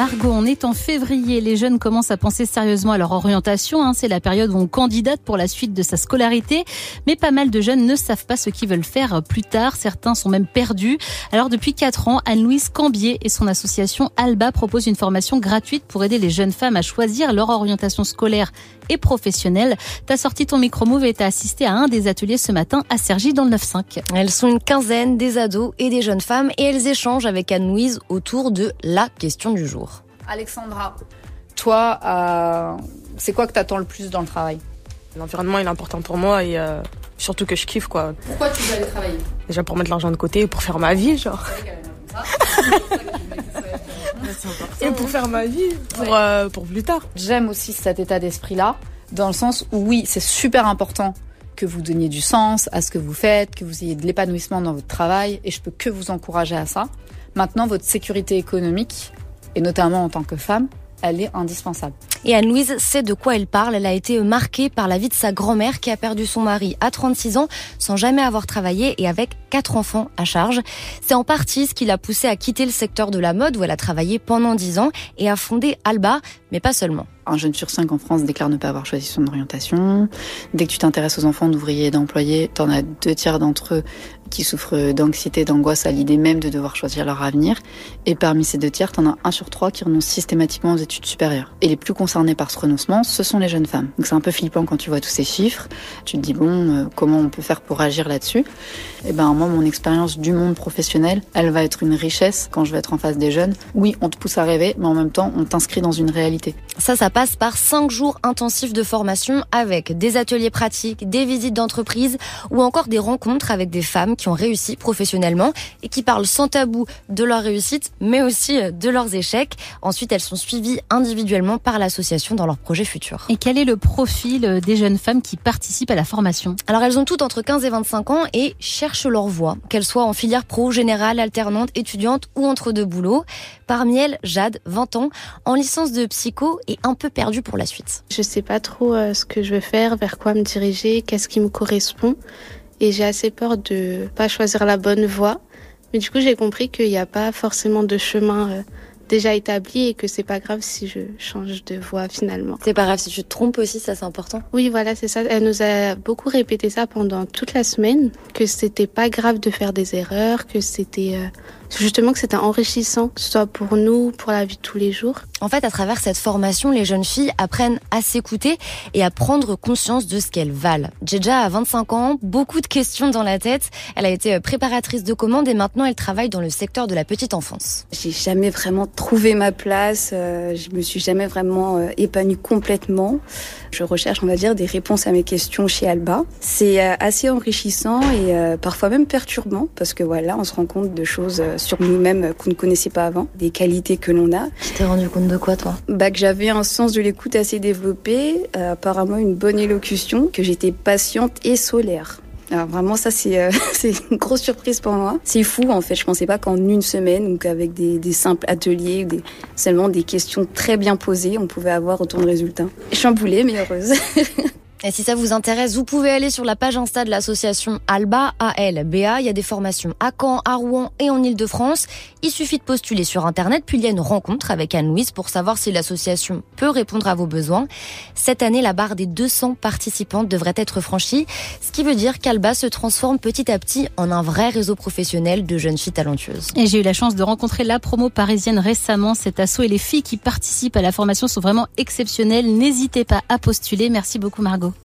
Margot, on est en février. Les jeunes commencent à penser sérieusement à leur orientation. C'est la période où on candidate pour la suite de sa scolarité. Mais pas mal de jeunes ne savent pas ce qu'ils veulent faire plus tard. Certains sont même perdus. Alors depuis 4 ans, Anne-Louise Cambier et son association Alba proposent une formation gratuite pour aider les jeunes femmes à choisir leur orientation scolaire et professionnelle. T'as sorti ton micro-move et t'as assisté à un des ateliers ce matin à Cergy dans le 9-5. Elles sont une quinzaine, des ados et des jeunes femmes, et elles échangent avec Anne-Louise autour de la question du jour. Alexandra, toi, c'est quoi que t'attends le plus dans le travail ? L'environnement il est important pour moi et surtout que je kiffe quoi. Pourquoi tu veux aller travailler ? Déjà pour mettre l'argent de côté, pour faire ma vie genre. Et pour faire ma vie, pour plus tard. J'aime aussi cet état d'esprit-là, dans le sens où oui, c'est super important que vous donniez du sens à ce que vous faites, que vous ayez de l'épanouissement dans votre travail, et je peux que vous encourager à ça. Maintenant, votre sécurité économique, et notamment en tant que femme, elle est indispensable. Et Anne-Louise sait de quoi elle parle. Elle a été marquée par la vie de sa grand-mère qui a perdu son mari à 36 ans sans jamais avoir travaillé et avec 4 enfants à charge. C'est en partie ce qui l'a poussée à quitter le secteur de la mode où elle a travaillé pendant 10 ans et a fondé Alba, mais pas seulement. Un jeune sur 5 en France déclare ne pas avoir choisi son orientation. Dès que tu t'intéresses aux enfants d'ouvriers et d'employés, t'en as 2 tiers d'entre eux qui souffrent d'anxiété, d'angoisse à l'idée même de devoir choisir leur avenir. Et parmi ces 2 tiers, t'en as 1 sur 3 qui renoncent systématiquement aux études supérieures. Et les plus concernés par ce renoncement, ce sont les jeunes femmes. Donc c'est un peu flippant quand tu vois tous ces chiffres. Tu te dis comment on peut faire pour agir là-dessus ? Et moi, mon expérience du monde professionnel, elle va être une richesse quand je vais être en face des jeunes. Oui, on te pousse à rêver, mais en même temps, on t'inscrit dans une réalité. Ça passe par 5 jours intensifs de formation avec des ateliers pratiques, des visites d'entreprise ou encore des rencontres avec des femmes qui ont réussi professionnellement et qui parlent sans tabou de leur réussite, mais aussi de leurs échecs. Ensuite, elles sont suivies individuellement par l'association dans leurs projets futurs. Et quel est le profil des jeunes femmes qui participent à la formation ? Alors, elles ont toutes entre 15 et 25 ans et cherchent leur voie, qu'elles soient en filière pro, générale, alternante, étudiante ou entre 2 boulots. Parmi elles, Jade, 20 ans, en licence de psycho et un peu perdue pour la suite. Je sais pas trop ce que je veux faire, vers quoi me diriger, qu'est-ce qui me correspond. Et j'ai assez peur de pas choisir la bonne voie. Mais du coup, j'ai compris qu'il n'y a pas forcément de chemin déjà établi et que c'est pas grave si je change de voie finalement. C'est pas grave si tu te trompes aussi, ça c'est important. Oui, voilà, c'est ça. Elle nous a beaucoup répété ça pendant toute la semaine, que c'était pas grave de faire des erreurs, que c'était justement que c'était enrichissant, que ce soit pour nous, pour la vie de tous les jours. En fait, à travers cette formation, les jeunes filles apprennent à s'écouter et à prendre conscience de ce qu'elles valent. Djedja a 25 ans, beaucoup de questions dans la tête. Elle a été préparatrice de commandes et maintenant elle travaille dans le secteur de la petite enfance. J'ai jamais vraiment trouvé ma place, je me suis jamais vraiment épanouie complètement. Je recherche, on va dire, des réponses à mes questions chez Alba. C'est assez enrichissant et parfois même perturbant parce que voilà, on se rend compte de choses sur nous-mêmes qu'on ne connaissait pas avant, des qualités que l'on a. Tu t'es rendu compte de quoi, toi ? Que j'avais un sens de l'écoute assez développé, apparemment une bonne élocution, que j'étais patiente et solaire. Alors vraiment, ça, c'est une grosse surprise pour moi. C'est fou, en fait. Je pensais pas qu'en une semaine, donc avec des simples ateliers, seulement des questions très bien posées, on pouvait avoir autant de résultats. Chamboulée, mais heureuse. Et si ça vous intéresse, vous pouvez aller sur la page Insta de l'association Alba, ALBA. Il y a des formations à Caen, à Rouen et en Ile-de-France. Il suffit de postuler sur Internet, puis il y a une rencontre avec Anne-Louise pour savoir si l'association peut répondre à vos besoins. Cette année, la barre des 200 participantes devrait être franchie, ce qui veut dire qu'Alba se transforme petit à petit en un vrai réseau professionnel de jeunes filles talentueuses. Et j'ai eu la chance de rencontrer la promo parisienne récemment. Cet asso et les filles qui participent à la formation sont vraiment exceptionnelles. N'hésitez pas à postuler. Merci beaucoup, Margot.